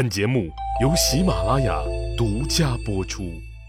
本节目由喜马拉雅独家播出。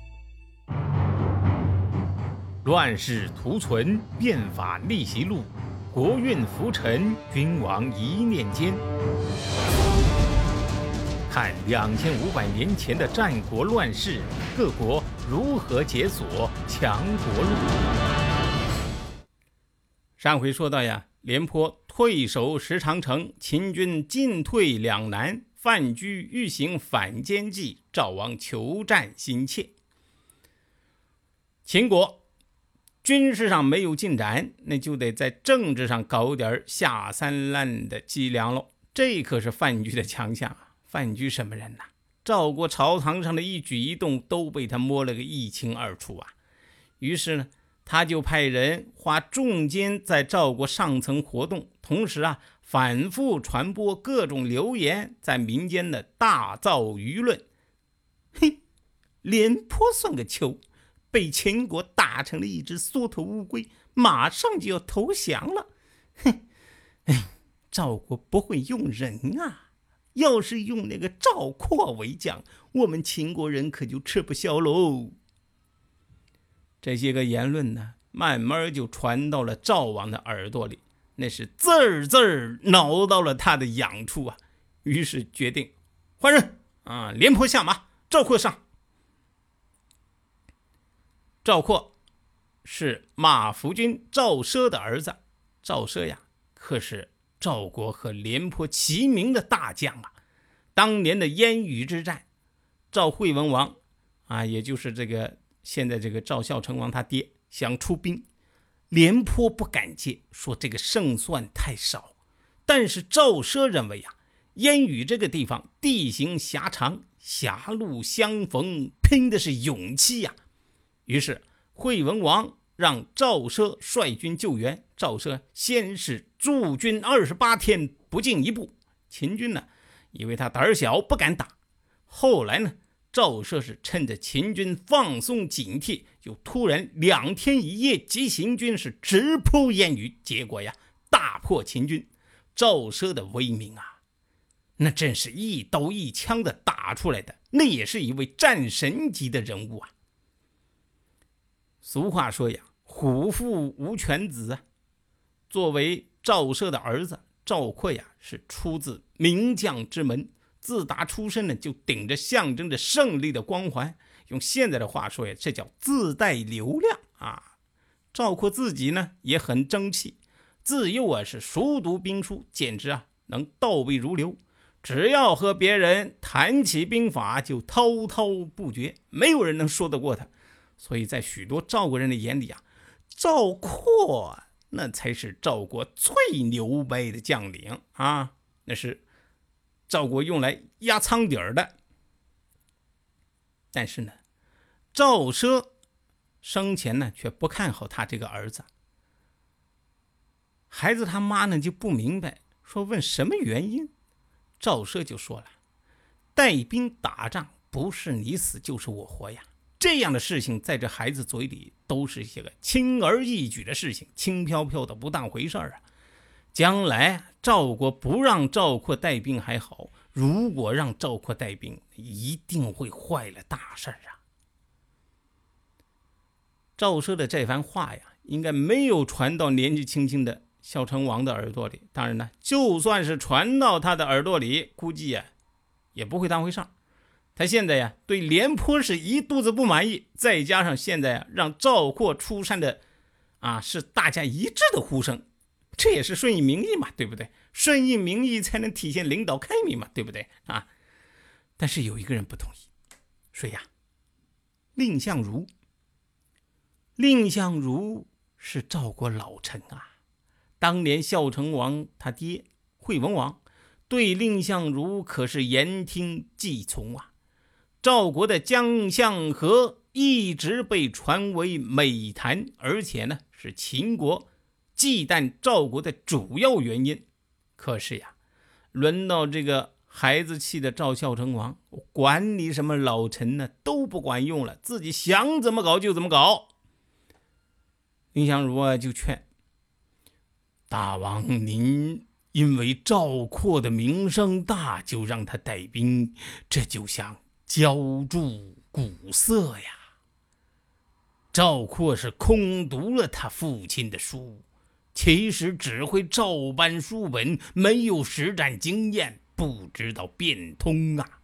乱世图存，变法逆袭录，国运浮沉，君王一念间。看2500年前的战国乱世，各国如何解锁强国路。上回说到呀，廉颇退守石长城，秦军进退两难，范雎欲行反间计，赵王求战心切。秦国军事上没有进展，那就得在政治上搞点下三滥的伎俩喽。这可是范雎的强项啊！范雎什么人呐？赵国朝堂上的一举一动都被他摸了个一清二楚啊！于是呢，他就派人花重金在赵国上层活动，同时啊，反复传播各种流言，在民间的大造舆论。嘿，廉颇算个球，被秦国打成了一只缩头乌龟，马上就要投降了。哼，赵国不会用人啊！要是用那个赵括为将，我们秦国人可就吃不消喽。这些个言论呢，慢慢就传到了赵王的耳朵里，那是字儿字儿挠到了他的痒处啊。于是决定换人啊，廉颇下马，赵括上。赵括是马服君赵奢的儿子，赵奢呀，可是赵国和廉颇齐名的大将啊。当年的燕羽之战，赵惠文王啊，也就是现在这个赵孝成王他爹想出兵，廉颇不敢接，说这个胜算太少。但是赵奢认为啊，燕羽这个地方地形狭长，狭路相逢，拼的是勇气呀。于是惠文王让赵奢率军救援，赵奢先是驻军28天不进一步，秦军呢以为他胆小不敢打，后来呢，赵奢是趁着秦军放松警惕，又突然2天1夜急行军，是直扑燕羽，结果呀大破秦军。赵奢的威名啊，那真是一刀一枪的打出来的，那也是一位战神级的人物啊。俗话说呀，虎父无犬子啊。作为赵奢的儿子，赵括呀是出自名将之门，自打出生呢就顶着象征着胜利的光环，用现在的话说呀，这叫自带流量啊。赵括自己呢也很争气，自幼啊是熟读兵书，简直啊能倒背如流，只要和别人谈起兵法就滔滔不绝，没有人能说得过他。所以在许多赵国人的眼里啊，赵括那才是赵国最牛掰的将领啊，那是赵国用来压舱底儿的。但是呢，赵奢生前呢却不看好他这个儿子。孩子他妈呢就不明白，说问什么原因。赵奢就说了，带兵打仗不是你死就是我活呀，这样的事情在这孩子嘴里都是一些个轻而易举的事情，轻飘飘的不当回事啊。将来赵国不让赵括带兵还好，如果让赵括带兵，一定会坏了大事啊。赵奢的这番话呀，应该没有传到年纪轻轻的孝成王的耳朵里，当然呢，就算是传到他的耳朵里，估计呀也不会当回事。他现在呀对廉颇是一肚子不满意，再加上现在让赵括出山的是大家一致的呼声，这也是顺应民意嘛，对不对？顺应民意才能体现领导开明嘛，对不对啊？但是有一个人不同意，谁呀？蔺相如。蔺相如是赵国老臣啊，当年孝成王他爹惠文王对蔺相如可是言听计从啊。赵国的姜相和一直被传为美谈，而且呢是秦国忌惮赵国的主要原因。可是呀，轮到这个孩子气的赵孝成王，管你什么老臣呢都不管用了，自己想怎么搞就怎么搞。蔺相如就劝大王您因为赵括的名声大，就让他带兵，这就像浇筑古色呀。赵括是空读了他父亲的书，其实只会照搬书本，没有实战经验，不知道变通啊。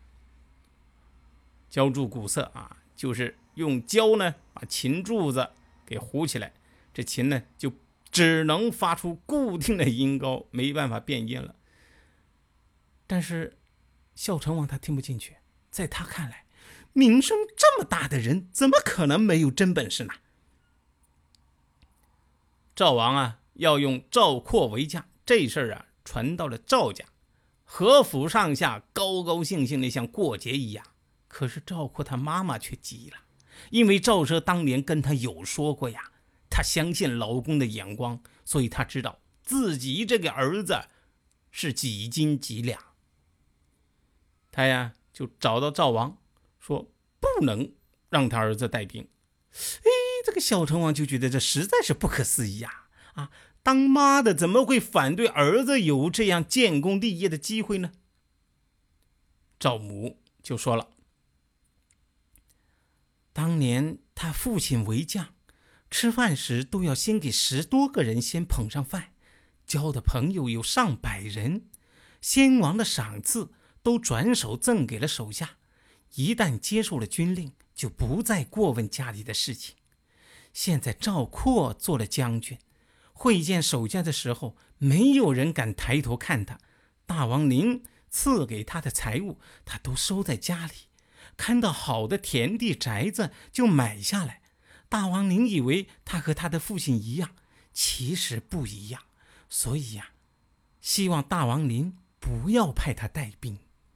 浇筑古色啊，就是用胶呢把琴柱子给糊起来，这琴呢就只能发出固定的音高，没办法变音了。但是孝成王他听不进去，在他看来，名声这么大的人，怎么可能没有真本事呢？赵王啊，要用赵括为将，这事儿啊传到了赵家，何府上下高高兴兴的像过节一样。可是赵括他妈妈却急了，因为赵奢当年跟他有说过呀，他相信老公的眼光，所以他知道自己这个儿子是几斤几两。他呀就找到赵王说，不能让他儿子带兵。这个孝成王就觉得这实在是不可思议呀！当妈的怎么会反对儿子有这样建功立业的机会呢？赵母就说了，当年他父亲为将，吃饭时都要先给10多个人先捧上饭，交的朋友有上百人，先王的赏赐都转手赠给了手下，一旦接受了军令，就不再过问家里的事情。现在赵括做了将军，会见手下的时候，没有人敢抬头看他，大王您赐给他的财物，他都收在家里，看到好的田地宅子就买下来。大王您以为他和他的父亲一样，其实不一样，所以呀，希望大王您不要派他带兵。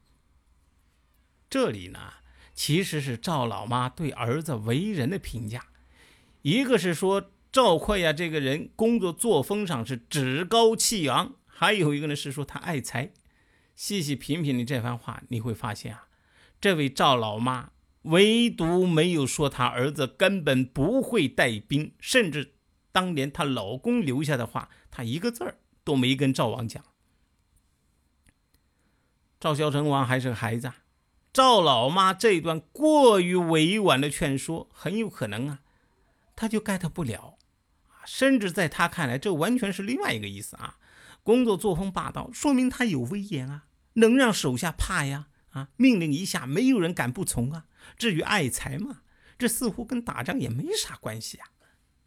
这里呢，其实是赵老妈对儿子为人的评价，一个是说赵括呀这个人工作作风上是趾高气昂，还有一个呢是说他爱财。细细品品你这番话，你会发现啊，这位赵老妈唯独没有说她儿子根本不会带兵，甚至当年她老公留下的话，她一个字儿都没跟赵王讲。赵孝成王还是个孩子啊，赵老妈这段过于委婉的劝说，很有可能啊，他就 get 不了，甚至在他看来，这完全是另外一个意思啊。工作作风霸道，说明他有威严啊，能让手下怕呀，命令一下，没有人敢不从啊。至于爱财嘛，这似乎跟打仗也没啥关系啊。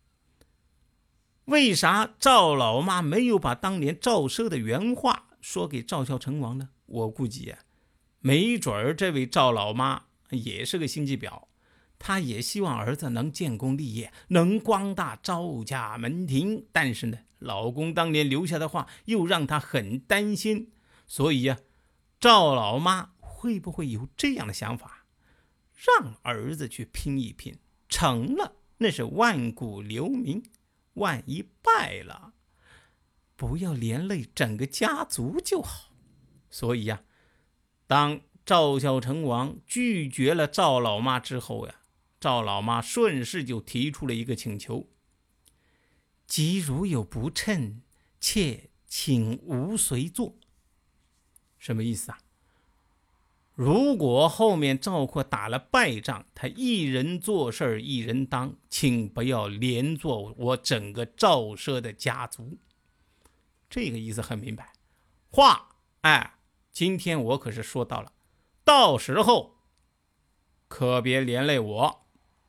为啥赵老妈没有把当年赵奢的原话说给赵孝成王呢？我估计啊，没准儿这位赵老妈也是个心机婊，她也希望儿子能建功立业，能光大赵家门庭，但是呢，老公当年留下的话又让她很担心，所以啊，赵老妈会不会有这样的想法，让儿子去拼一拼，成了那是万古留名，万一败了，不要连累整个家族就好。所以呀，当赵孝成王拒绝了赵老妈之后呀，赵老妈顺势就提出了一个请求，即如有不称，妾请无随坐。什么意思啊？如果后面赵括打了败仗，他一人做事一人当，请不要连坐我整个赵奢的家族。这个意思很明白，话今天我可是说到了，到时候可别连累我。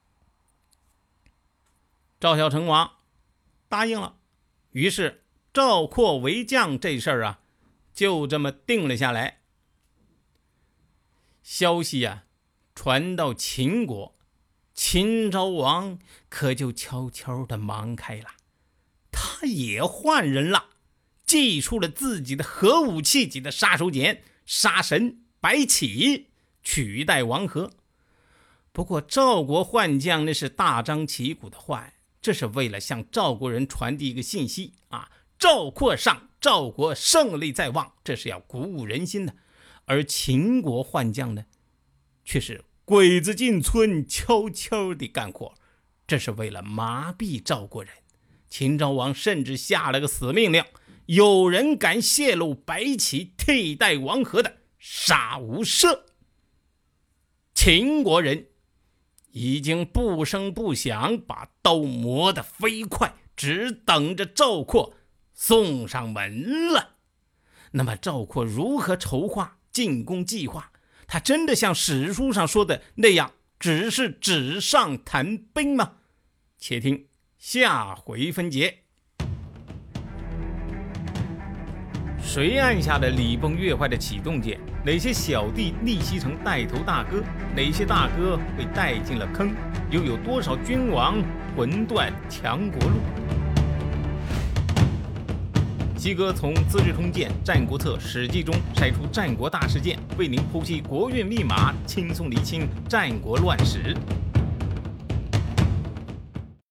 赵孝成王答应了，于是赵括为将这事儿啊，就这么定了下来。消息啊传到秦国，秦昭王可就悄悄地忙开了，他也换人了，祭出了自己的核武器级的杀手锏杀神白起，取代王和。不过赵国换将那是大张旗鼓的换，这是为了向赵国人传递一个信息赵括上，赵国胜利在望，这是要鼓舞人心的。而秦国换将呢，却是鬼子进村，悄悄地干活，这是为了麻痹赵国人。秦昭王甚至下了个死命令， 有人敢泄露白起替代王和的杀无赦。秦国人已经不声不响把刀磨得飞快，只等着赵括送上门了。那么赵括如何筹划进攻计划？他真的像史书上说的那样，只是纸上谈兵吗？且听下回分解。谁按下了礼崩乐坏的启动键？哪些小弟逆袭成带头大哥？哪些大哥被带进了坑？又有多少君王魂断强国路？西哥从《资治通鉴》《战国策》《史记》中筛出战国大事件，为您剖析国运密码，轻松理清战国乱史。